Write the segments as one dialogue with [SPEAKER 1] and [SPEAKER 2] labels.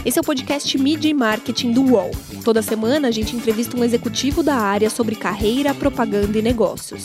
[SPEAKER 1] Esse é o podcast Mídia e Marketing do UOL. Toda semana a gente entrevista um executivo da área sobre carreira, propaganda e negócios.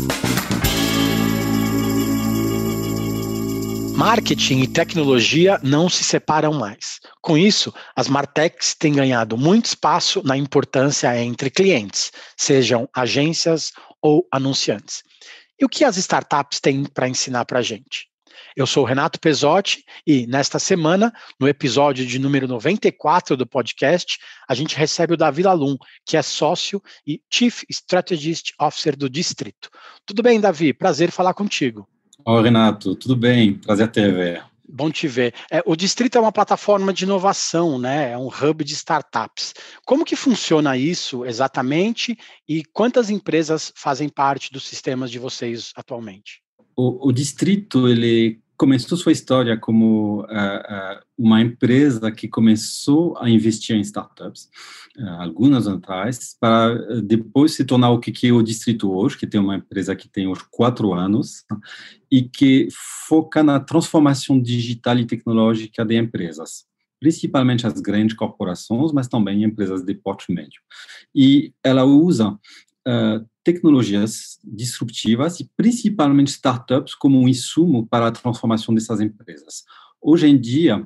[SPEAKER 2] Marketing e tecnologia não se separam mais. Com isso, as martechs têm ganhado muito espaço na importância entre clientes, sejam agências ou anunciantes. E o que as startups têm para ensinar para a gente? Eu sou o Renato Pezzotti e, nesta semana, no episódio de número 94 do podcast, a gente recebe o Davi Lalum, que é sócio e Chief Strategist Officer do Distrito. Tudo bem, Davi? Prazer falar contigo.
[SPEAKER 3] Oi, Renato, tudo bem? Prazer te ver.
[SPEAKER 2] Bom te ver. O Distrito é uma plataforma de inovação, né? É um hub de startups. Como que funciona isso exatamente e quantas empresas fazem parte dos sistemas de vocês atualmente?
[SPEAKER 3] O Distrito, ele começou sua história como uma empresa que começou a investir em startups, alguns anos atrás, para depois se tornar o que é o Distrito hoje, que tem uma empresa que tem hoje 4 anos, e que foca na transformação digital e tecnológica de empresas, principalmente as grandes corporações, mas também empresas de porte médio. E ela usa tecnologias disruptivas e principalmente startups como um insumo para a transformação dessas empresas. Hoje em dia,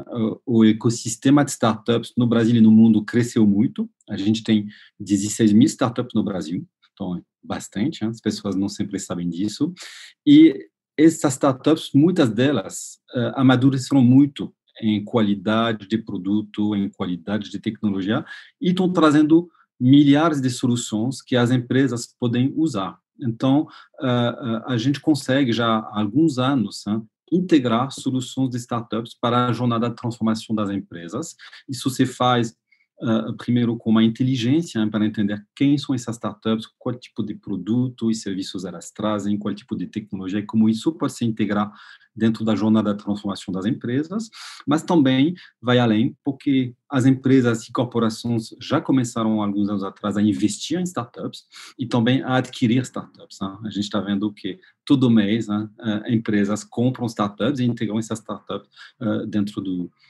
[SPEAKER 3] o ecossistema de startups no Brasil e no mundo cresceu muito. A gente tem 16 mil startups no Brasil, então é bastante, as pessoas não sempre sabem disso. E essas startups, muitas delas, amadureceram muito em qualidade de produto, em qualidade de tecnologia, e estão trazendo milhares de soluções que as empresas podem usar. Então, a gente consegue já há alguns anos integrar soluções de startups para a jornada de transformação das empresas. Isso se faz primeiro com uma inteligência para entender quem são essas startups, qual tipo de produto e serviços elas trazem, qual tipo de tecnologia e como isso pode se integrar dentro da jornada de transformação das empresas, mas também vai além, porque as empresas e corporações já começaram há alguns anos atrás a investir em startups e também a adquirir startups. A gente está vendo que todo mês empresas compram startups e integram essas startups dentro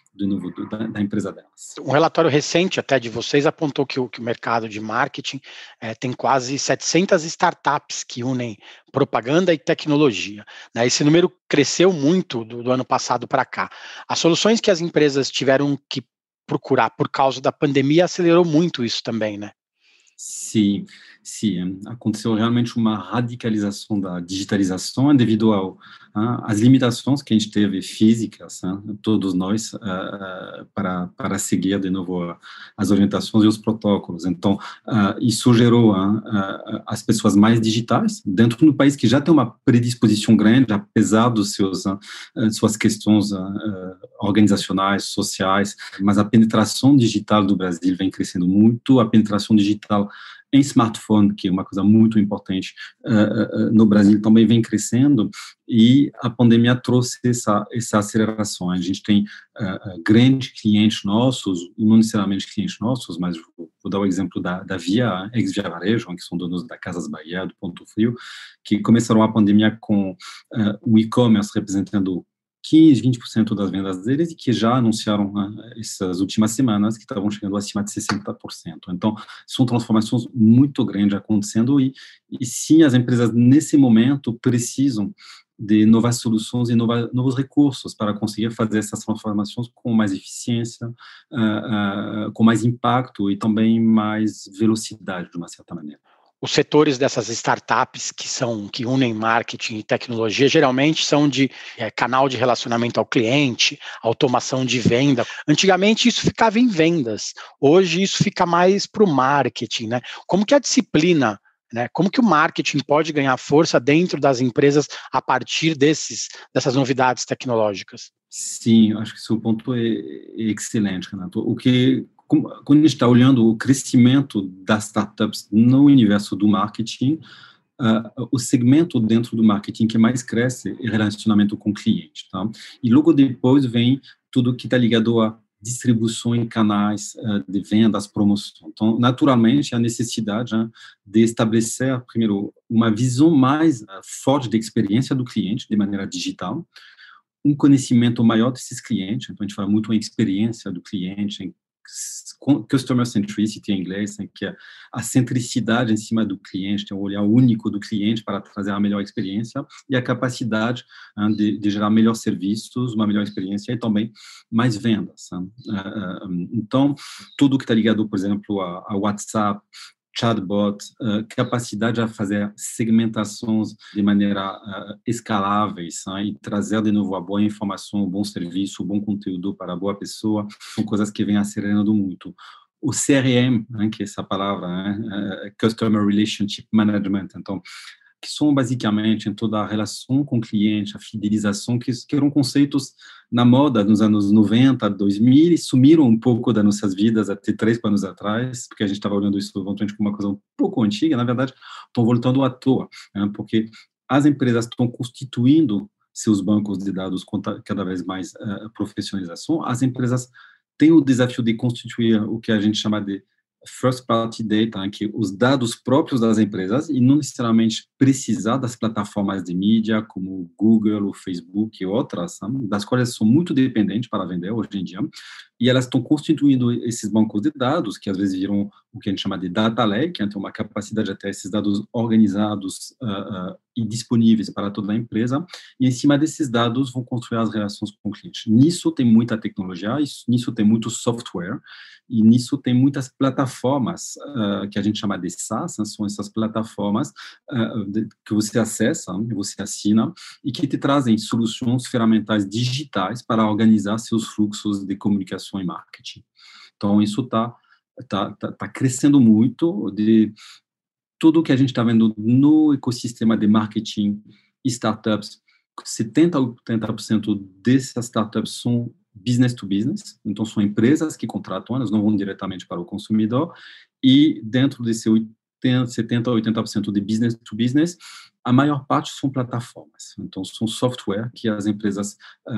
[SPEAKER 3] da empresa delas.
[SPEAKER 2] Um relatório recente até de vocês apontou que o mercado de marketing tem quase 700 startups que unem propaganda e tecnologia, né? Esse número cresceu muito do ano passado para cá. As soluções que as empresas tiveram que procurar por causa da pandemia acelerou muito isso também, né?
[SPEAKER 3] Sim, aconteceu realmente uma radicalização da digitalização devido às limitações que a gente teve físicas, todos nós, para seguir de novo as orientações e os protocolos. Então, isso gerou as pessoas mais digitais dentro do país que já tem uma predisposição grande, apesar dos suas questões organizacionais, sociais, mas a penetração digital do Brasil vem crescendo muito, a penetração digital em smartphone, que é uma coisa muito importante no Brasil, também vem crescendo, e a pandemia trouxe essa aceleração. A gente tem grandes clientes nossos, não necessariamente clientes nossos, mas vou dar o exemplo da Via, ex-Via Varejo, que são donos da Casas Bahia, do Ponto Frio, que começaram a pandemia com o e-commerce representando 15%, 20% das vendas deles e que já anunciaram essas últimas semanas que estavam chegando acima de 60%. Então, são transformações muito grandes acontecendo e sim, as empresas nesse momento precisam de novas soluções e novos recursos para conseguir fazer essas transformações com mais eficiência, com mais impacto e também mais velocidade, de uma certa maneira.
[SPEAKER 2] Os setores dessas startups que unem marketing e tecnologia geralmente são de canal de relacionamento ao cliente, automação de venda. Antigamente isso ficava em vendas, hoje isso fica mais para o marketing, né? Como que a disciplina, né? Como que o marketing pode ganhar força dentro das empresas a partir dessas novidades tecnológicas?
[SPEAKER 3] Sim, acho que esse ponto é excelente, Renato. Quando a gente está olhando o crescimento das startups no universo do marketing, o segmento dentro do marketing que mais cresce é relacionamento com o cliente, tá? E logo depois vem tudo que está ligado a distribuição em canais de vendas, promoção. Então, naturalmente, a necessidade de estabelecer, primeiro, uma visão mais forte da experiência do cliente de maneira digital, um conhecimento maior desses clientes. Então, a gente fala muito em experiência do cliente, em customer centricity em inglês, que é a centricidade em cima do cliente, tem um olhar único do cliente para trazer a melhor experiência e a capacidade de gerar melhores serviços, uma melhor experiência e também mais vendas. Então, tudo que está ligado, por exemplo, a WhatsApp, chatbot, capacidade de fazer segmentações de maneira escaláveis, e trazer de novo a boa informação, o bom serviço, o bom conteúdo para a boa pessoa, são coisas que vêm acelerando muito. O CRM, que é essa palavra, Customer Relationship Management, então, que são basicamente em toda a relação com o cliente, a fidelização, que eram conceitos na moda nos anos 90, 2000, e sumiram um pouco das nossas vidas até 3 anos atrás, porque a gente estava olhando isso eventualmente como uma coisa um pouco antiga, na verdade, estão voltando à toa, porque as empresas estão constituindo seus bancos de dados com cada vez mais profissionalização, as empresas têm o desafio de constituir o que a gente chama de first party data, que os dados próprios das empresas e não necessariamente precisar das plataformas de mídia como o Google, o Facebook e outras, das quais são muito dependentes para vender hoje em dia, e elas estão constituindo esses bancos de dados, que às vezes viram o que a gente chama de data lake, que tem uma capacidade de ter esses dados organizados e disponíveis para toda a empresa, e em cima desses dados vão construir as relações com o cliente. Nisso tem muita tecnologia, nisso tem muito software, e nisso tem muitas plataformas que a gente chama de SaaS, são essas plataformas que você acessa, que você assina, e que te trazem soluções ferramentais digitais para organizar seus fluxos de comunicação e marketing. Então, isso está crescendo muito, de tudo que a gente está vendo no ecossistema de marketing e startups, 70% a 80% dessas startups são business to business, então são empresas que contratam, elas não vão diretamente para o consumidor, e dentro desse 70% a 80% de business to business, a maior parte são plataformas, então são software que as empresas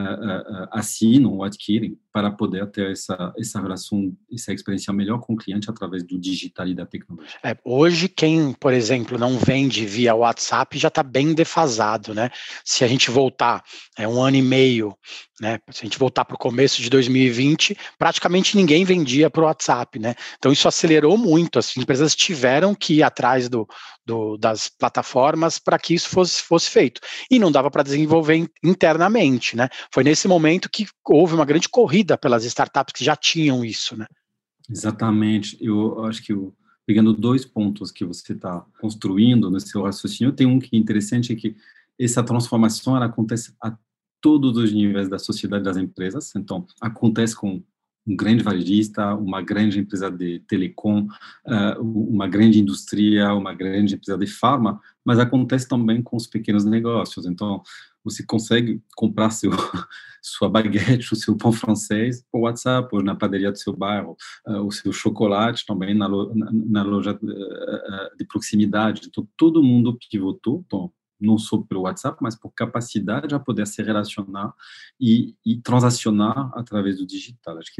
[SPEAKER 3] assinam ou adquirem para poder ter essa relação, essa experiência melhor com o cliente através do digital e da tecnologia.
[SPEAKER 2] Hoje, quem, por exemplo, não vende via WhatsApp já está bem defasado, né? Se a gente voltar 1 ano e meio, né? Se a gente voltar para o começo de 2020, praticamente ninguém vendia para o WhatsApp, né? Então isso acelerou muito, as empresas tiveram que ir atrás das plataformas para que isso fosse feito. E não dava para desenvolver internamente, né? Foi nesse momento que houve uma grande corrida pelas startups que já tinham isso, né?
[SPEAKER 3] Exatamente. Eu acho que, pegando 2 pontos que você está construindo no seu raciocínio, tem um que é interessante, é que essa transformação ela acontece a todos os níveis da sociedade das empresas. Então, acontece com um grande varejista, uma grande empresa de telecom, uma grande indústria, uma grande empresa de farma, mas acontece também com os pequenos negócios. Então, você consegue comprar sua baguete, o seu pão francês por WhatsApp, ou na padaria do seu bairro, o seu chocolate também na loja de proximidade. Então, todo mundo pivotou, então, não só pelo WhatsApp, mas por capacidade a poder se relacionar e transacionar através do digital. Acho que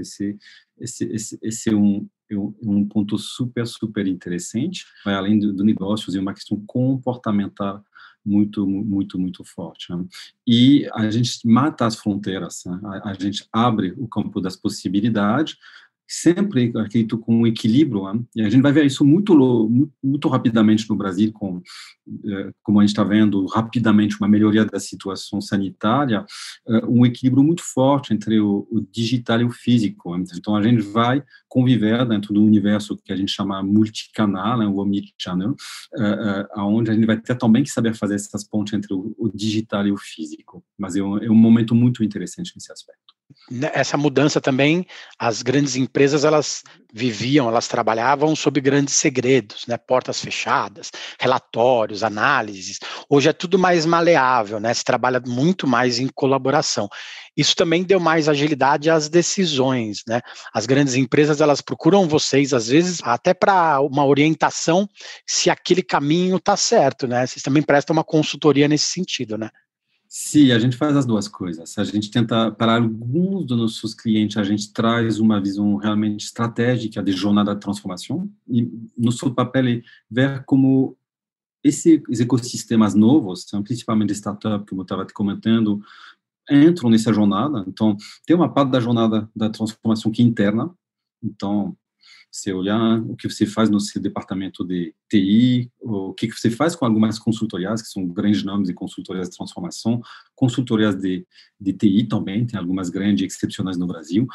[SPEAKER 3] esse é um ponto super, super interessante, vai além do negócio, é uma questão comportamental muito, muito, muito forte, né? E a gente mata as fronteiras, né? A gente abre o campo das possibilidades, sempre, acredito, com um equilíbrio, né? E a gente vai ver isso muito rapidamente no Brasil, como a gente está vendo rapidamente uma melhoria da situação sanitária, um equilíbrio muito forte entre o digital e o físico, né? Então, a gente vai conviver dentro do universo que a gente chama multicanal, né, o omnichannel, onde a gente vai ter também que saber fazer essas pontes entre o digital e o físico. Mas é um momento muito interessante nesse aspecto.
[SPEAKER 2] Essa mudança também, as grandes empresas, elas trabalhavam sob grandes segredos, né? Portas fechadas, relatórios, análises. Hoje é tudo mais maleável, né? Se trabalha muito mais em colaboração. Isso também deu mais agilidade às decisões, né? As grandes empresas, elas procuram vocês, às vezes, até para uma orientação se aquele caminho está certo, né? Vocês também prestam uma consultoria nesse sentido, né?
[SPEAKER 3] Sim, a gente faz as duas coisas. A gente tenta, para alguns dos nossos clientes, a gente traz uma visão realmente estratégica de jornada de transformação. E nosso papel é ver como esses ecossistemas novos, principalmente startup, como eu estava te comentando, entram nessa jornada. Então, tem uma parte da jornada da transformação que é interna. Então, você olhar o que você faz no seu departamento de TI, o que você faz com algumas consultorias, que são grandes nomes de consultorias de transformação, consultorias de TI também, tem algumas grandes e excepcionais no Brasil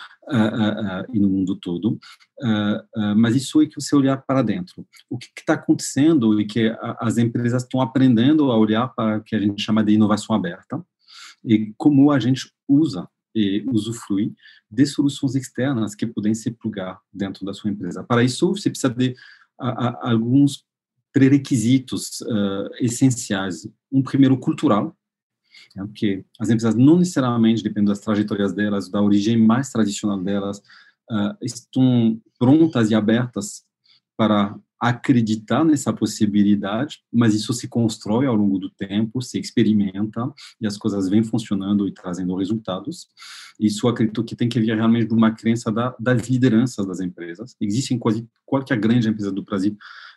[SPEAKER 3] e no mundo todo, mas isso é que você olhar para dentro. O que está acontecendo e que as empresas estão aprendendo a olhar para o que a gente chama de inovação aberta, e como a gente usa e usufrui de soluções externas que podem se plugar dentro da sua empresa. Para isso, você precisa de alguns pré-requisitos essenciais. Um primeiro, cultural, porque as empresas não necessariamente, dependendo das trajetórias delas, da origem mais tradicional delas, estão prontas e abertas para acreditar nessa possibilidade, mas isso se constrói ao longo do tempo, se experimenta, e as coisas vêm funcionando e trazendo resultados. Isso eu acredito que tem que vir realmente de uma crença das lideranças das empresas. Existem quase qualquer grande empresa do Brasil,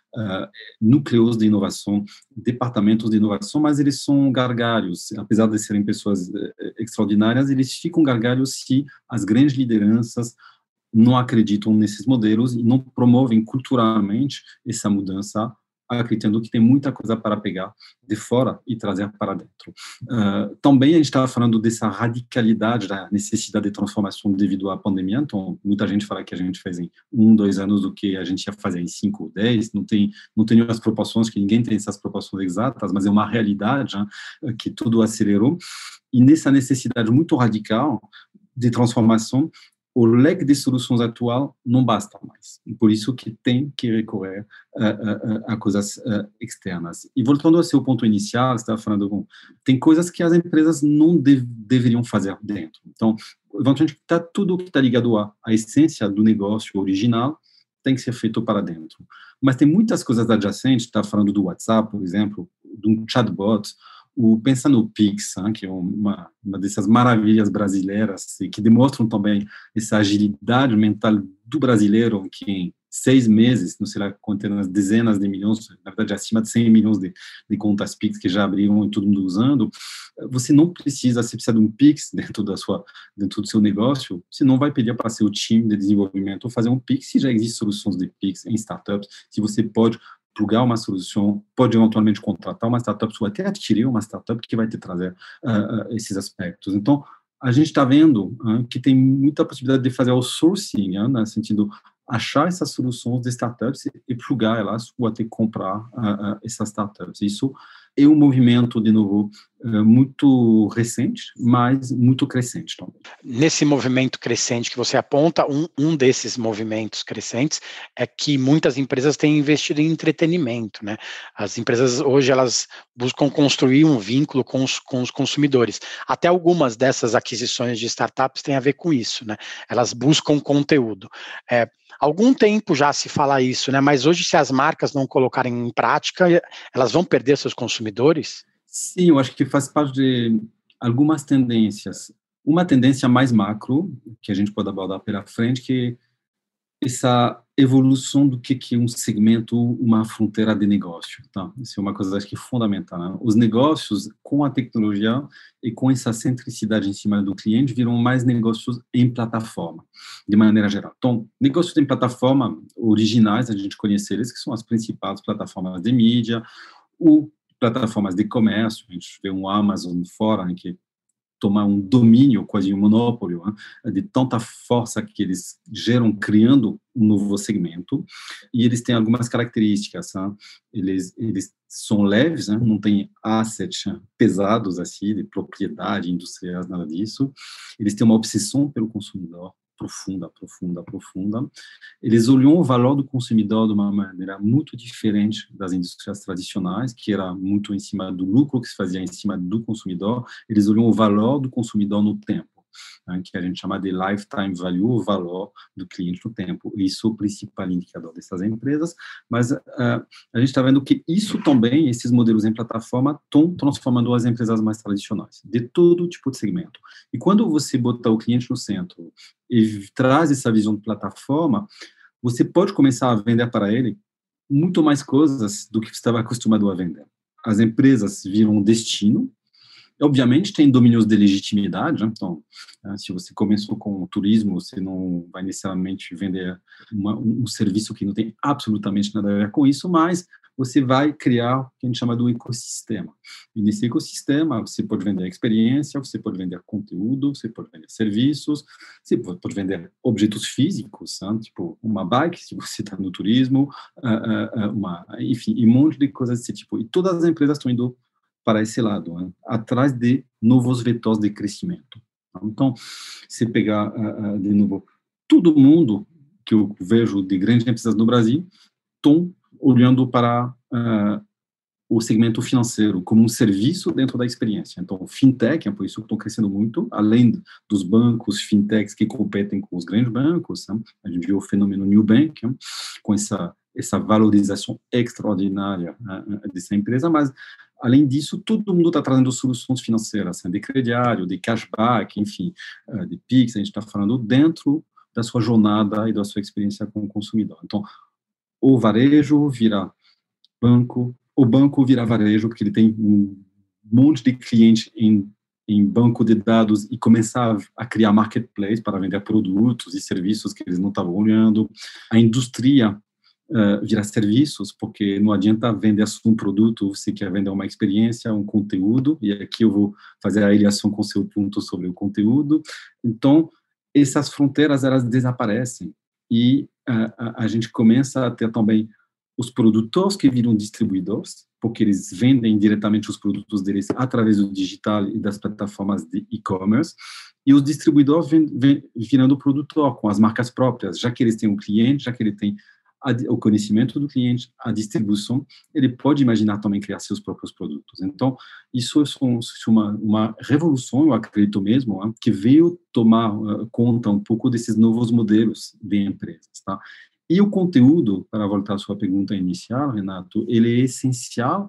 [SPEAKER 3] núcleos de inovação, departamentos de inovação, mas eles são gargalhos, apesar de serem pessoas extraordinárias, eles ficam gargalhos se as grandes lideranças não acreditam nesses modelos e não promovem culturalmente essa mudança, acreditando que tem muita coisa para pegar de fora e trazer para dentro. Também a gente estava falando dessa radicalidade da necessidade de transformação devido à pandemia, então muita gente fala que a gente fez em 1, 2 anos do que a gente ia fazer em 5 ou 10, não tem as proporções, que ninguém tem essas proporções exatas, mas é uma realidade, né, que tudo acelerou, e nessa necessidade muito radical de transformação, o leque de soluções atual não basta mais. Por isso que tem que recorrer a coisas externas. E voltando ao seu ponto inicial, você estava falando, bom, tem coisas que as empresas não deveriam fazer dentro. Então, eventualmente, tudo que está ligado à essência do negócio original tem que ser feito para dentro. Mas tem muitas coisas adjacentes, está falando do WhatsApp, por exemplo, de um chatbot, pensa no Pix, que é uma dessas maravilhas brasileiras e que demonstram também essa agilidade mental do brasileiro, que em 6 meses, não sei lá quantas dezenas de milhões, na verdade acima de 100 milhões de contas Pix que já abriram e todo mundo usando. Você precisa de um Pix dentro do seu negócio, você não vai pedir para seu time de desenvolvimento fazer um Pix, se já existem soluções de Pix em startups, se você pode plugar uma solução, pode eventualmente contratar uma startup ou até adquirir uma startup que vai te trazer esses aspectos. Então, a gente está vendo que tem muita possibilidade de fazer outsourcing, no sentido achar essas soluções de startups e plugar elas ou até comprar essas startups. Isso é um movimento, de novo, muito recente, mas muito crescente também.
[SPEAKER 2] Nesse movimento crescente que você aponta, um desses movimentos crescentes é que muitas empresas têm investido em entretenimento, né? As empresas hoje, elas buscam construir um vínculo com os consumidores. Até algumas dessas aquisições de startups têm a ver com isso, né? Elas buscam conteúdo. Algum tempo já se fala isso, né? Mas hoje, se as marcas não colocarem em prática, elas vão perder seus consumidores?
[SPEAKER 3] Sim, eu acho que faz parte de algumas tendências. Uma tendência mais macro, que a gente pode abordar pela frente, que é essa evolução do que é um segmento, uma fronteira de negócio. Tá? Isso é uma coisa, acho que, fundamental. Né? Os negócios, com a tecnologia e com essa centricidade em cima do cliente, viram mais negócios em plataforma, de maneira geral. Então, negócios em plataforma originais, a gente conhece eles, que são as principais plataformas de mídia, ou plataformas de comércio, a gente vê um Amazon fora, né, que toma um domínio, quase um monopólio, de tanta força que eles geram, criando um novo segmento, e eles têm algumas características, eles são leves, não têm assets pesados, assim, de propriedade industrial, nada disso, eles têm uma obsessão pelo consumidor, profunda. Eles olham o valor do consumidor de uma maneira muito diferente das indústrias tradicionais, que era muito em cima do lucro que se fazia em cima do consumidor. Eles olham o valor do consumidor no tempo, que a gente chama de lifetime value, o valor do cliente no tempo. Isso é o principal indicador dessas empresas, mas a gente está vendo que isso também, esses modelos em plataforma, estão transformando as empresas mais tradicionais, de todo tipo de segmento. E quando você botar o cliente no centro e traz essa visão de plataforma, você pode começar a vender para ele muito mais coisas do que você estava acostumado a vender. As empresas viram um destino, Obviamente, tem domínios de legitimidade, né? Então, se você começou com o turismo, você não vai necessariamente vender um serviço que não tem absolutamente nada a ver com isso, mas você vai criar o que a gente chama do ecossistema. E nesse ecossistema, você pode vender experiência, você pode vender conteúdo, você pode vender serviços, você pode vender objetos físicos, né? Tipo uma bike, se você está no turismo, enfim, um monte de coisas desse tipo. E todas as empresas estão indo para esse lado, né? Atrás de novos vetores de crescimento. Então, se pegar, de novo, todo mundo que eu vejo de grandes empresas no Brasil estão olhando para o segmento financeiro como um serviço dentro da experiência. Então, fintech, é por isso que estão crescendo muito, além dos bancos fintechs que competem com os grandes bancos, né? A gente viu o fenômeno New Bank, né? Com essa valorização extraordinária dessa empresa, mas, além disso, todo mundo está trazendo soluções financeiras, né? De crediário, de cashback, enfim, de Pix, a gente está falando dentro da sua jornada e da sua experiência com o consumidor. Então, o varejo vira banco, o banco vira varejo, porque ele tem um monte de clientes em banco de dados e começar a criar marketplace para vender produtos e serviços que eles não estavam olhando. A indústria vira serviços, porque não adianta vender um produto, você quer vender uma experiência, um conteúdo, e aqui eu vou fazer a ligação com o seu ponto sobre o conteúdo. Então, essas fronteiras, elas desaparecem, e a gente começa a ter também os produtores que viram distribuidores, porque eles vendem diretamente os produtos deles através do digital e das plataformas de e-commerce, e os distribuidores virando produtor com as marcas próprias, já que eles têm um cliente, já que ele tem o conhecimento do cliente, a distribuição, ele pode imaginar também criar seus próprios produtos. Então, isso é uma revolução, eu acredito mesmo, que veio tomar conta um pouco desses novos modelos de empresas, tá? E o conteúdo, para voltar à sua pergunta inicial, Renato, ele é essencial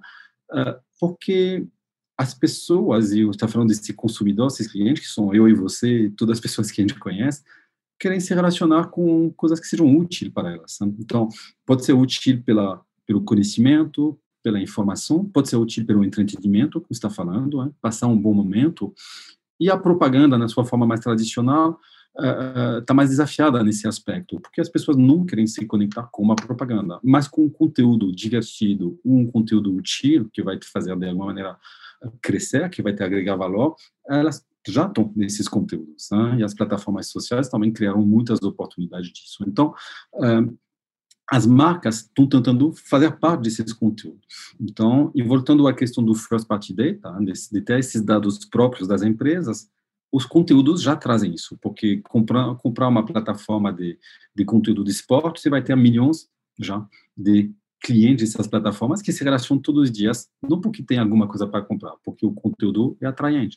[SPEAKER 3] porque as pessoas, e eu estou falando desse consumidor, esses clientes, que são eu e você, todas as pessoas que a gente conhece, querem se relacionar com coisas que sejam úteis para elas. Né? Então, pode ser útil pelo conhecimento, pela informação, pode ser útil pelo entretenimento, que você está falando, né? Passar um bom momento. E a propaganda, na sua forma mais tradicional, está mais desafiada nesse aspecto, porque as pessoas não querem se conectar com uma propaganda, mas com um conteúdo divertido, um conteúdo útil, que vai te fazer, de alguma maneira, crescer, que vai te agregar valor, elas já estão nesses conteúdos, né? E as plataformas sociais também criaram muitas oportunidades disso. Então, as marcas estão tentando fazer parte desses conteúdos. Então, e voltando à questão do first party data, de ter esses dados próprios das empresas, os conteúdos já trazem isso, porque comprar uma plataforma de conteúdo de esporte, você vai ter milhões já de clientes dessas plataformas que se relacionam todos os dias, não porque tem alguma coisa para comprar, porque o conteúdo é atraente.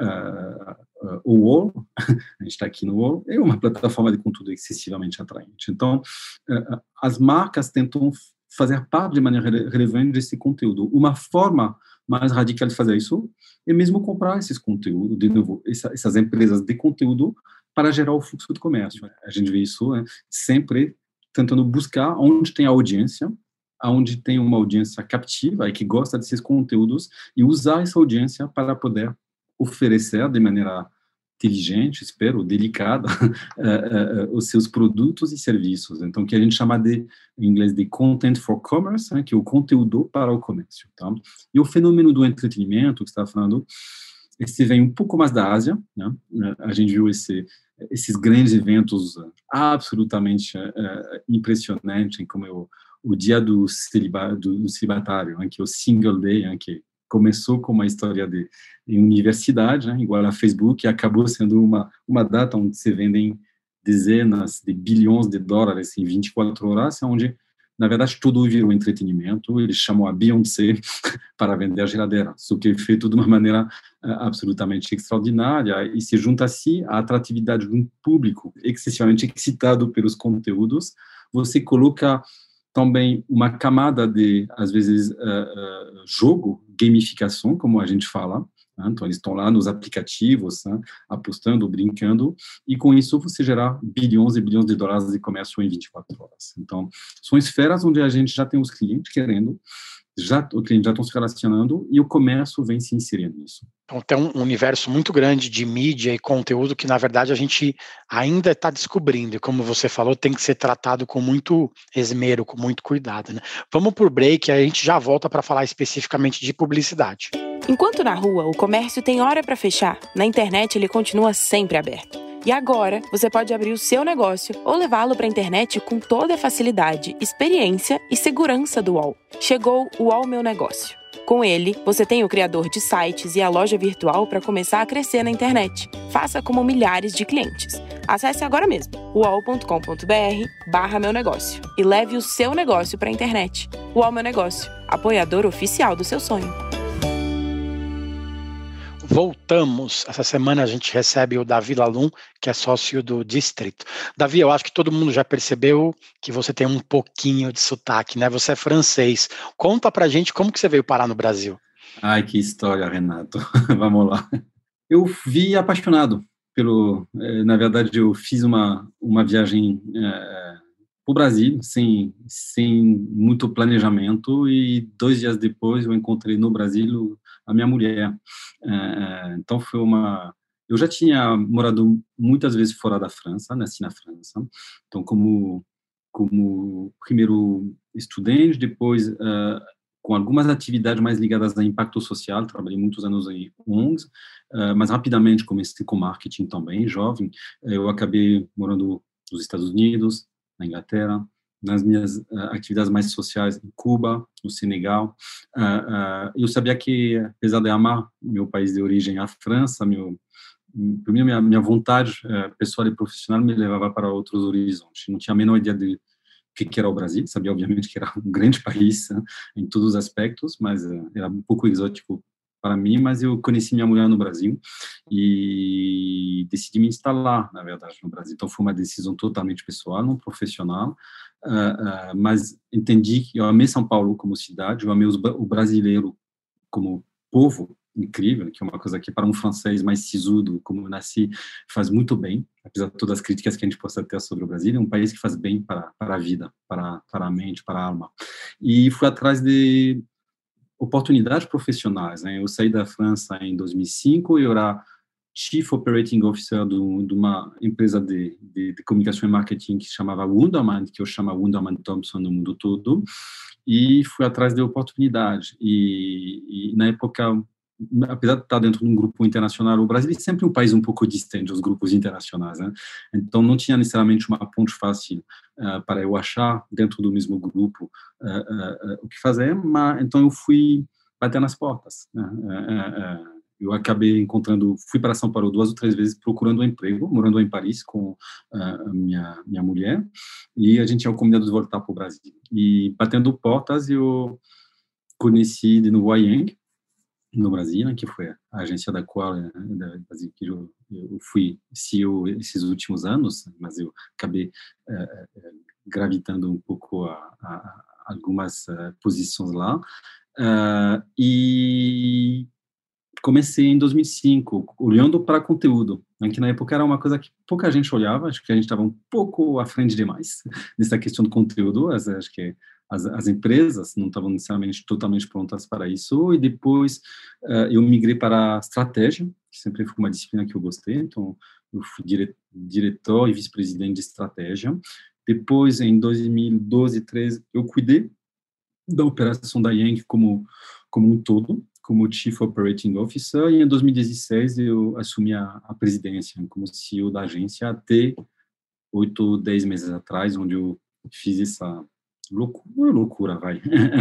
[SPEAKER 3] O Wall, a gente está aqui no Wall, é uma plataforma de conteúdo excessivamente atraente. Então, as marcas tentam fazer parte de maneira relevante desse conteúdo. Uma forma mais radical de fazer isso é mesmo comprar esses conteúdos, de novo, essas empresas de conteúdo para gerar o fluxo de comércio. A gente vê isso sempre tentando buscar onde tem a audiência, onde tem uma audiência captiva e que gosta desses conteúdos, e usar essa audiência para poder oferecer de maneira inteligente, espero, delicada, os seus produtos e serviços. Então, que a gente chama em inglês de content for commerce, que é o conteúdo para o comércio. Tá? E o fenômeno do entretenimento que você está falando, esse vem um pouco mais da Ásia, né? A gente viu esses grandes eventos absolutamente impressionantes, como o dia do celibatário, que é o Single Day, que começou com uma história de universidade, né, igual a Facebook, e acabou sendo uma data onde se vendem dezenas de bilhões de dólares em 24 horas, onde, na verdade, tudo virou entretenimento. Eles chamam a Beyoncé para vender a geladeira, só que é feito de uma maneira absolutamente extraordinária, e se junta-se à atratividade de um público excessivamente excitado pelos conteúdos. Você coloca também uma camada de, às vezes, jogo, gamificação, como a gente fala, né? Então, eles estão lá nos aplicativos, né? Apostando, brincando, e com isso você gerar bilhões e bilhões de dólares de comércio em 24 horas. Então, são esferas onde a gente já tem os clientes querendo, o cliente já estão se relacionando e o comércio vem se inserindo nisso.
[SPEAKER 2] Então tem um universo muito grande de mídia e conteúdo que, na verdade, a gente ainda está descobrindo. E como você falou, tem que ser tratado com muito esmero, com muito cuidado, né? Vamos por break, aí a gente já volta para falar especificamente de publicidade.
[SPEAKER 4] Enquanto na rua o comércio tem hora para fechar, na internet ele continua sempre aberto. E agora, você pode abrir o seu negócio ou levá-lo para a internet com toda a facilidade, experiência e segurança do UOL. Chegou o UOL Meu Negócio. Com ele, você tem o criador de sites e a loja virtual para começar a crescer na internet. Faça como milhares de clientes. Acesse agora mesmo uol.com.br/meu negócio e leve o seu negócio para a internet. UOL Meu Negócio, apoiador oficial do seu sonho.
[SPEAKER 2] Voltamos. Essa semana a gente recebe o Davi Lalum, que é sócio do Distrito. Davi, eu acho que todo mundo já percebeu que você tem um pouquinho de sotaque, né? Você é francês. Conta pra gente como que você veio parar no Brasil.
[SPEAKER 3] Ai, que história, Renato. Vamos lá. Eu vi apaixonado na verdade, eu fiz uma viagem para o Brasil, sem muito planejamento, e 2 dias depois eu encontrei no Brasil a minha mulher. Então foi eu já tinha morado muitas vezes fora da França, nasci na França, então como primeiro estudante, depois com algumas atividades mais ligadas a impacto social, trabalhei muitos anos em ONGs, mas rapidamente comecei com marketing também, jovem. Eu acabei morando nos Estados Unidos, na Inglaterra, nas minhas atividades mais sociais em Cuba, no Senegal. Eu sabia que, apesar de amar meu país de origem, a França, primeiro minha vontade pessoal e profissional me levava para outros horizontes. Não tinha a menor ideia de que era o Brasil, sabia obviamente que era um grande país em todos os aspectos, mas era um pouco exótico para mim, mas eu conheci minha mulher no Brasil e decidi me instalar, na verdade, no Brasil. Então, foi uma decisão totalmente pessoal, não profissional, mas entendi que eu amei São Paulo como cidade, eu amei o brasileiro como povo incrível, que é uma coisa que para um francês mais sisudo, como eu nasci, faz muito bem, apesar de todas as críticas que a gente possa ter sobre o Brasil, é um país que faz bem para a vida, para a mente, para a alma. E fui atrás de oportunidades profissionais, né? Eu saí da França em 2005, eu era Chief Operating Officer de uma empresa de comunicação e marketing que se chamava Wunderman, que eu chamo Wunderman Thompson no mundo todo, e fui atrás de oportunidade. E na época, apesar de estar dentro de um grupo internacional, o Brasil é sempre um país um pouco distante dos grupos internacionais, né? Então não tinha necessariamente uma ponte fácil para eu achar dentro do mesmo grupo o que fazer, mas então eu fui bater nas portas, né? Eu acabei fui para São Paulo 2 ou 3 vezes procurando um emprego, morando em Paris com a minha mulher, e a gente tinha combinado de voltar para o Brasil. E batendo portas, eu conheci de novo a Yang, no Brasil, né, que foi a agência da qual que eu fui CEO esses últimos anos, mas eu acabei gravitando um pouco a algumas posições lá, e comecei em 2005, olhando para conteúdo, né, que na época era uma coisa que pouca gente olhava, acho que a gente estava um pouco à frente demais nessa questão do conteúdo, acho que as empresas não estavam necessariamente totalmente prontas para isso, e depois eu migrei para a estratégia, que sempre foi uma disciplina que eu gostei, então eu fui diretor e vice-presidente de estratégia. Depois, em 2012, 2013, eu cuidei da operação da Yang como um todo, como Chief Operating Officer, e em 2016 eu assumi a presidência como CEO da agência até 8 ou 10 meses atrás, onde eu fiz essa loucura, vai,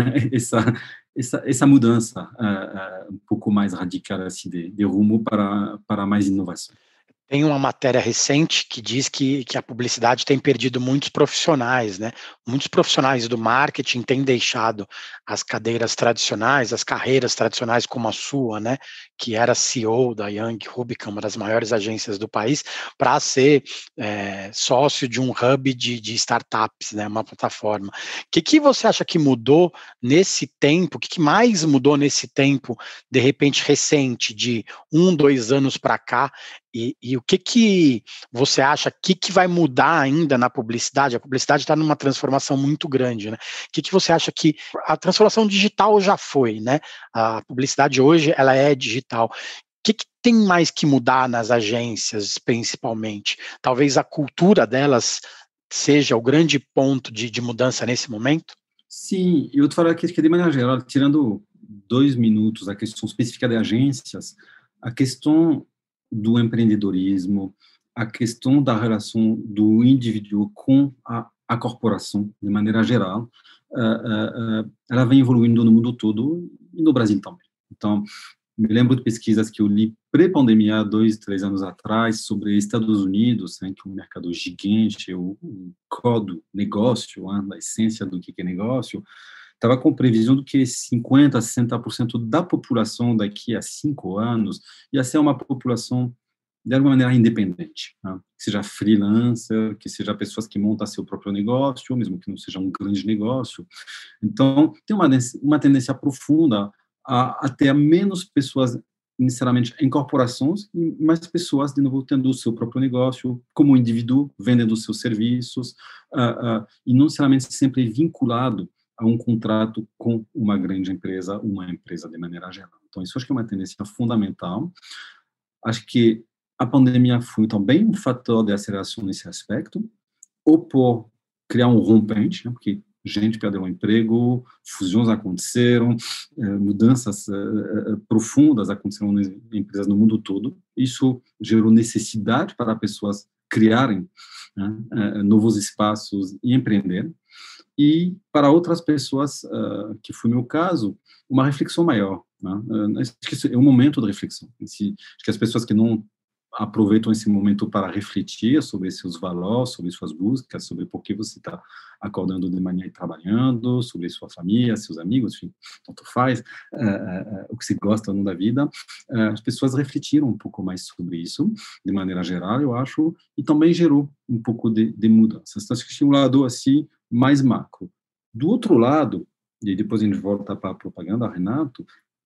[SPEAKER 3] essa mudança um pouco mais radical assim, de rumo para mais inovação.
[SPEAKER 2] Tem uma matéria recente que diz que a publicidade tem perdido muitos profissionais, né? Muitos profissionais do marketing têm deixado as cadeiras tradicionais, as carreiras tradicionais como a sua, né? Que era CEO da Young Rubicon, uma das maiores agências do país, para ser sócio de um hub de startups, né? Uma plataforma. O que você acha que mudou nesse tempo? O que mais mudou nesse tempo, de repente, recente, de 1, 2 anos para cá? E o que você acha, que vai mudar ainda na publicidade? A publicidade está numa transformação transformação muito grande, né? O que você acha que a transformação digital já foi, né? A publicidade hoje, ela é digital. O que tem mais que mudar nas agências, principalmente? Talvez a cultura delas seja o grande ponto de mudança nesse momento?
[SPEAKER 3] Sim, eu te falo que de maneira geral, tirando 2 minutos a questão específica de agências, a questão do empreendedorismo, a questão da relação do indivíduo com a corporação, de maneira geral, ela vem evoluindo no mundo todo e no Brasil também. Então, me lembro de pesquisas que eu li pré-pandemia, 2, 3 anos atrás, sobre Estados Unidos, né, que é um mercado gigante, o core do negócio, a essência do que é negócio, estava com previsão de que 50% a 60% da população daqui a 5 anos ia ser uma população de alguma maneira independente, né? Que seja freelancer, que seja pessoas que montam seu próprio negócio, mesmo que não seja um grande negócio. Então, tem uma tendência profunda a ter menos pessoas necessariamente em corporações, e mais pessoas, de novo, tendo o seu próprio negócio, como indivíduo, vendendo seus serviços, e não necessariamente sempre vinculado a um contrato com uma grande empresa, uma empresa de maneira geral. Então, isso acho que é uma tendência fundamental. Acho que a pandemia foi também um fator de aceleração nesse aspecto, ou por criar um rompante, né, porque gente perdeu o emprego, fusões aconteceram, mudanças profundas aconteceram em empresas no mundo todo. Isso gerou necessidade para pessoas criarem, né, novos espaços e empreender. E para outras pessoas, que foi meu caso, uma reflexão maior, né? Acho que é um momento de reflexão. Acho que as pessoas que não aproveitam esse momento para refletir sobre seus valores, sobre suas buscas, sobre por que você está acordando de manhã e trabalhando, sobre sua família, seus amigos, enfim, tanto faz, o que se gosta ou não da vida. As pessoas refletiram um pouco mais sobre isso, de maneira geral, eu acho, e também gerou um pouco de mudanças. Então, acho que tinha um lado assim mais macro. Do outro lado, e depois a gente volta para a propaganda, Renato,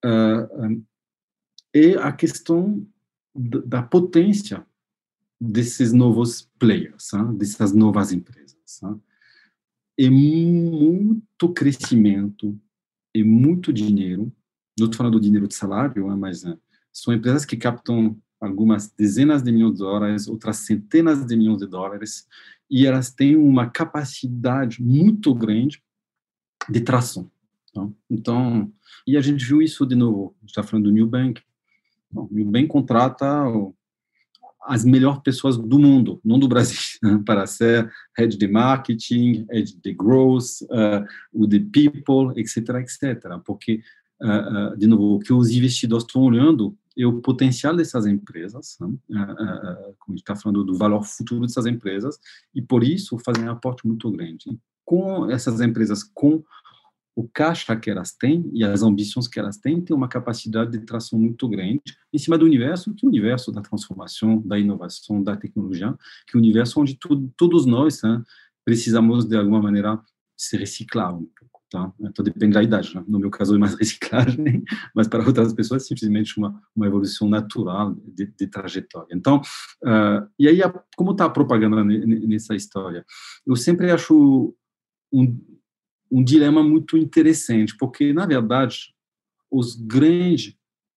[SPEAKER 3] é a questão da potência desses novos players, dessas novas empresas. É muito crescimento, é muito dinheiro. Não estou falando do dinheiro de salário, mas são empresas que captam algumas dezenas de milhões de dólares, outras centenas de milhões de dólares, e elas têm uma capacidade muito grande de tração. Então, e a gente viu isso de novo. A gente está falando do Nubank. O Nubank contrata as melhores pessoas do mundo, não do Brasil, para ser head de marketing, head de growth, o de people, etc., etc. Porque, de novo, o que os investidores estão olhando é o potencial dessas empresas, como a gente está falando do valor futuro dessas empresas, e por isso fazem um aporte muito grande. E com essas empresas, com o caixa que elas têm e as ambições que elas têm, tem uma capacidade de tração muito grande em cima do universo, que é o universo da transformação, da inovação, da tecnologia, que é o universo onde todos nós precisamos, de alguma maneira, se reciclar um pouco. Tá? Então, depende da idade. Né? No meu caso, é mais reciclagem, mas para outras pessoas, é simplesmente uma evolução natural de trajetória. Então, e aí, como está a propaganda nessa história? Eu sempre acho um dilema muito interessante, porque, na verdade, os grandes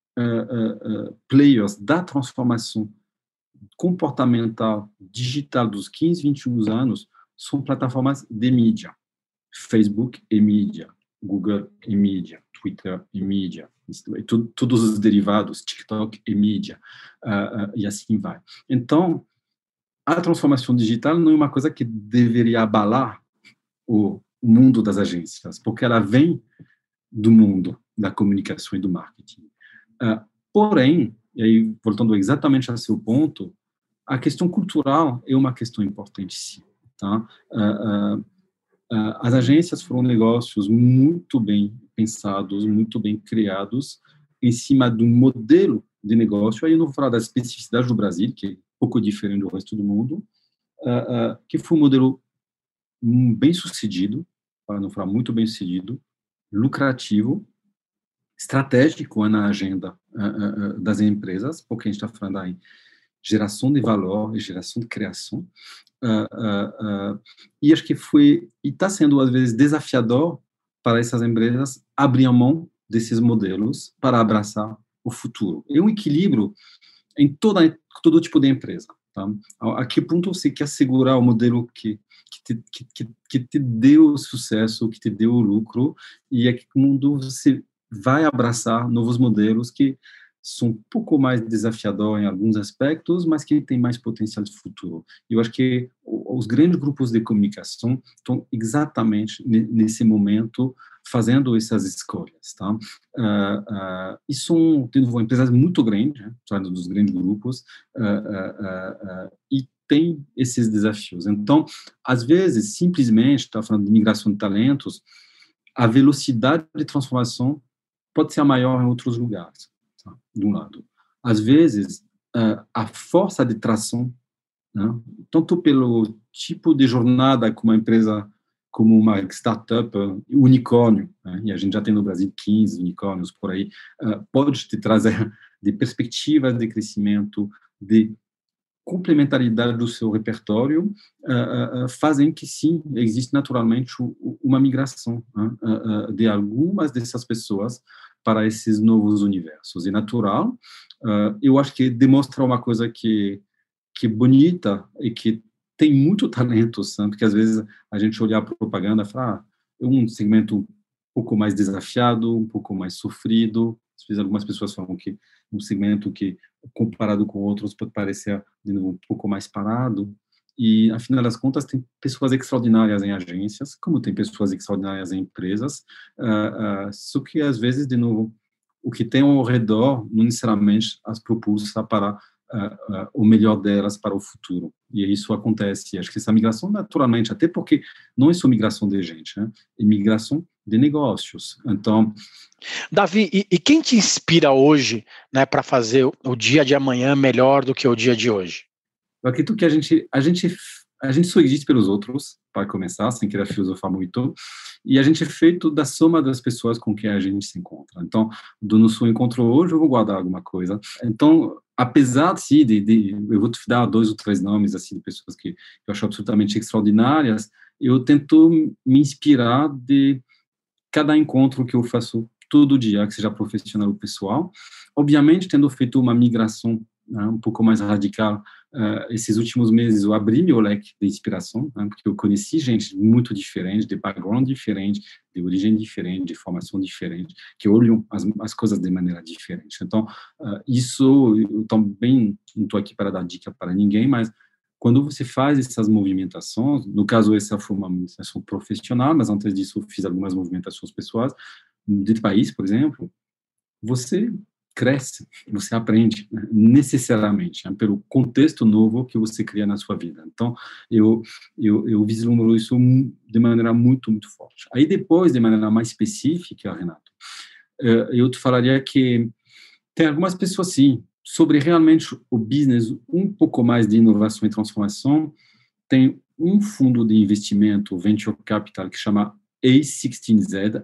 [SPEAKER 3] players da transformação comportamental digital dos 15, 21 anos são plataformas de mídia. Facebook é mídia, Google é mídia, Twitter é mídia, todos os derivados, TikTok é mídia, e assim vai. Então, a transformação digital não é uma coisa que deveria abalar o mundo das agências, porque ela vem do mundo da comunicação e do marketing. Porém, e aí, voltando exatamente ao seu ponto, a questão cultural é uma questão importante, sim. Tá? As agências foram negócios muito bem pensados, muito bem criados, em cima de um modelo de negócio. Aí eu não vou falar das especificidades do Brasil, que é um pouco diferente do resto do mundo, que foi um modelo bem-sucedido, para não falar muito bem-sucedido, lucrativo, estratégico na agenda das empresas, porque a gente está falando aí geração de valor e geração de criação. E acho que foi e está sendo às vezes desafiador para essas empresas abrir a mão desses modelos para abraçar o futuro. É um equilíbrio em todo tipo de empresa. Tá? A que ponto você quer segurar o modelo que te deu sucesso, que te deu lucro, e a que mundo você vai abraçar novos modelos que são um pouco mais desafiadores em alguns aspectos, mas que têm mais potencial de futuro. Eu acho que os grandes grupos de comunicação estão exatamente nesse momento fazendo essas escolhas, tá? E são, de novo, empresas muito grandes, né? Falando dos grandes grupos, e tem esses desafios. Então, às vezes, simplesmente, está falando de migração de talentos, a velocidade de transformação pode ser a maior em outros lugares, tá? De um lado. Às vezes, a força de tração, né? Tanto pelo tipo de jornada que uma empresa, como uma startup, unicórnio, né? E a gente já tem no Brasil 15 unicórnios por aí, pode te trazer de perspectivas de crescimento, de complementaridade do seu repertório, fazem que, sim, existe naturalmente uma migração, né, de algumas dessas pessoas para esses novos universos. É natural, eu acho que demonstra uma coisa que é bonita e que tem muito talento, sabe? Porque às vezes a gente olha a propaganda e fala, é um segmento um pouco mais desafiado, um pouco mais sofrido. Às vezes algumas pessoas falam que um segmento que, comparado com outros, pode parecer de novo, um pouco mais parado. E, afinal das contas, tem pessoas extraordinárias em agências, como tem pessoas extraordinárias em empresas, só que, às vezes, de novo, o que tem ao redor não necessariamente as propulsa para o melhor delas para o futuro. E isso acontece. Acho que essa migração, naturalmente, até porque não é só migração de gente, né? É migração de negócios. Então,
[SPEAKER 2] Davi, e quem te inspira hoje, né, para fazer o dia de amanhã melhor do que o dia de hoje?
[SPEAKER 3] Eu acredito que a gente só existe pelos outros, para começar, sem querer filosofar muito, e a gente é feito da soma das pessoas com quem a gente se encontra. Então, do nosso encontro hoje, eu vou guardar alguma coisa. Então, apesar eu vou te dar 2 ou 3 nomes assim de pessoas que eu acho absolutamente extraordinárias, eu tento me inspirar de cada encontro que eu faço todo dia, que seja profissional ou pessoal. Obviamente, tendo feito uma migração, né, um pouco mais radical, esses últimos meses eu abri meu leque de inspiração, né, porque eu conheci gente muito diferente, de background diferente, de origem diferente, de formação diferente, que olham as coisas de maneira diferente. Então, isso, eu também não estou aqui para dar dica para ninguém, mas quando você faz essas movimentações, no caso essa foi uma movimentação profissional, mas antes disso eu fiz algumas movimentações pessoais, de país, por exemplo, você cresce, você aprende, né, necessariamente, né, pelo contexto novo que você cria na sua vida. Então, eu vislumbro isso de maneira muito, muito forte. Aí depois, de maneira mais específica, Renato, eu te falaria que tem algumas pessoas, sim, sobre realmente o business, um pouco mais de inovação e transformação, tem um fundo de investimento, Venture Capital, que chama A16Z,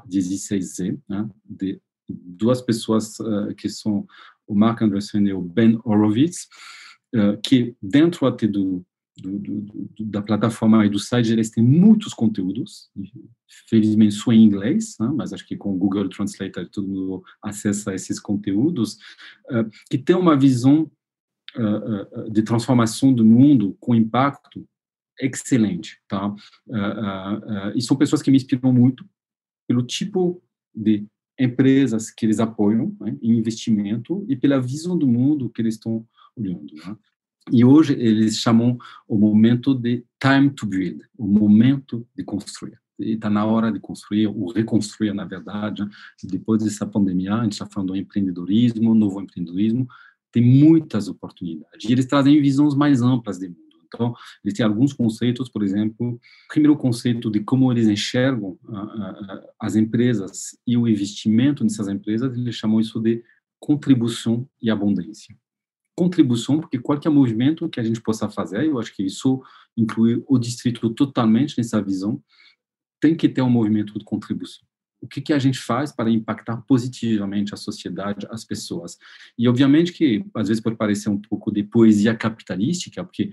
[SPEAKER 3] A16Z, né, de 2 pessoas que são o Mark Andreessen e o Ben Horowitz, que dentro até da plataforma e do site, eles têm muitos conteúdos, felizmente só em inglês, né, mas acho que com o Google Translator todo mundo acessa esses conteúdos, que tem uma visão de transformação do mundo com impacto excelente, tá? E são pessoas que me inspiram muito pelo tipo de empresas que eles apoiam, né, em investimento e pela visão do mundo que eles estão olhando, né? E hoje eles chamam o momento de time to build, o momento de construir. Está na hora de construir, ou reconstruir, na verdade, né? Depois dessa pandemia, a gente está falando do empreendedorismo, novo empreendedorismo, tem muitas oportunidades. E eles trazem visões mais amplas de mundo. Então, eles têm alguns conceitos, por exemplo, o primeiro conceito de como eles enxergam as empresas e o investimento nessas empresas, eles chamam isso de contribuição e abundância. Contribuição, porque qualquer movimento que a gente possa fazer, eu acho que isso inclui o distrito totalmente nessa visão, tem que ter um movimento de contribuição. o que a gente faz para impactar positivamente a sociedade, as pessoas. E, obviamente, que às vezes pode parecer um pouco de poesia capitalística, porque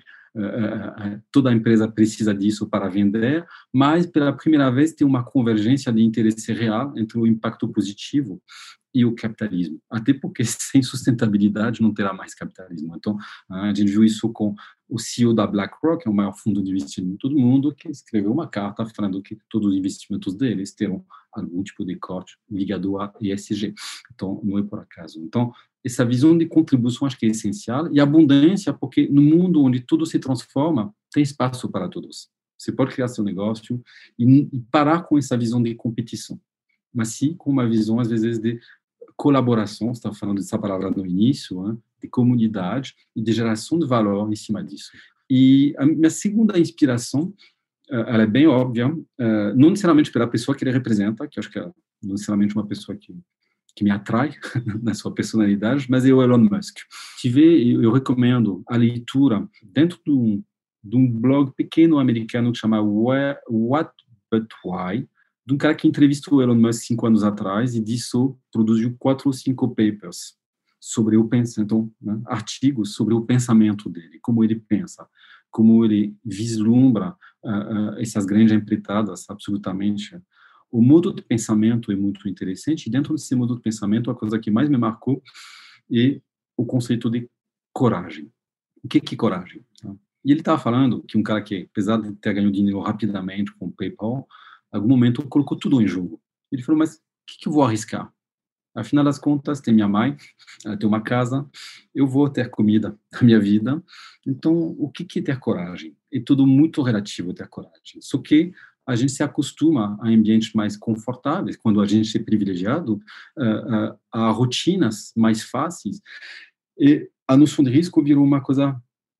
[SPEAKER 3] toda empresa precisa disso para vender, mas, pela primeira vez, tem uma convergência de interesse real entre o impacto positivo e o capitalismo. Até porque, sem sustentabilidade, não terá mais capitalismo. Então, a gente viu isso com o CEO da BlackRock, que é o maior fundo de investimento do mundo, que escreveu uma carta falando que todos os investimentos deles terão algum tipo de corte ligado a ESG. Então, não é por acaso. Então, essa visão de contribuição acho que é essencial, e abundância, porque no mundo onde tudo se transforma, tem espaço para todos. Você pode criar seu negócio e parar com essa visão de competição, mas sim com uma visão, às vezes, de colaboração, você estava falando dessa palavra no início, de comunidade e de geração de valor em cima disso. E a minha segunda inspiração, ela é bem óbvia, não necessariamente pela pessoa que ele representa, que eu acho que é não necessariamente uma pessoa que me atrai na sua personalidade, mas é o Elon Musk. Eu recomendo a leitura dentro de um blog pequeno americano que chama What But Why, de um cara que entrevistou o Elon Musk 5 anos atrás e disso produziu 4 ou 5 papers sobre o pensamento, artigos sobre o pensamento dele, como ele pensa, como ele vislumbra essas grandes empreitadas, absolutamente. O modo de pensamento é muito interessante, e dentro desse modo de pensamento, a coisa que mais me marcou é o conceito de coragem. O que é coragem? E ele estava falando que um cara que, apesar de ter ganho dinheiro rapidamente com o PayPal, em algum momento colocou tudo em jogo. Ele falou, mas o que eu vou arriscar? Afinal das contas, tem minha mãe, ela tem uma casa, eu vou ter comida na minha vida, então o que é ter coragem? É tudo muito relativo ter coragem. Só que a gente se acostuma a ambientes mais confortáveis, quando a gente é privilegiado, a rotinas mais fáceis, e a noção de risco virou uma coisa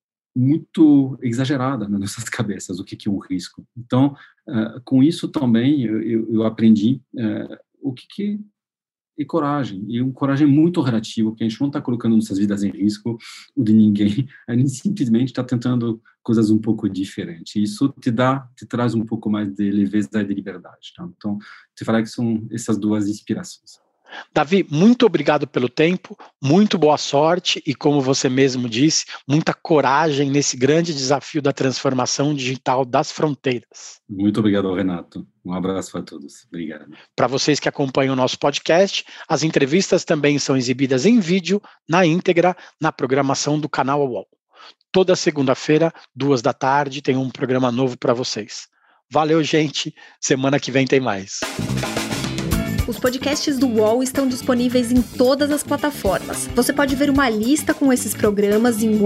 [SPEAKER 3] muito exagerada nas nossas cabeças, o que é um risco. Então, com isso também, eu aprendi o que é coragem, e uma coragem muito relativa, porque a gente não está colocando nossas vidas em risco, o de ninguém, a gente simplesmente está tentando coisas um pouco diferentes, e isso te traz um pouco mais de leveza e de liberdade, tá? Então, te falar que são essas duas inspirações.
[SPEAKER 2] Davi, muito obrigado pelo tempo, muito boa sorte e, como você mesmo disse, muita coragem nesse grande desafio da transformação digital das fronteiras.
[SPEAKER 3] Muito obrigado, Renato. Um abraço para todos. Obrigado.
[SPEAKER 2] Para vocês que acompanham o nosso podcast, as entrevistas também são exibidas em vídeo, na íntegra, na programação do canal UOL. Toda segunda-feira, 14h, tem um programa novo para vocês. Valeu, gente. Semana que vem tem mais.
[SPEAKER 1] Os podcasts do UOL estão disponíveis em todas as plataformas. Você pode ver uma lista com esses programas em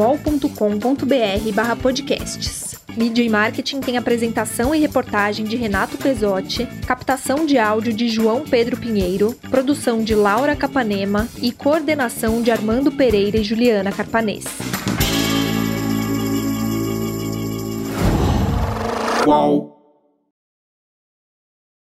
[SPEAKER 1] uol.com.br/podcasts. Mídia e Marketing tem apresentação e reportagem de Renato Pesotti, captação de áudio de João Pedro Pinheiro, produção de Laura Capanema e coordenação de Armando Pereira e Juliana Carpanês.
[SPEAKER 5] UOL.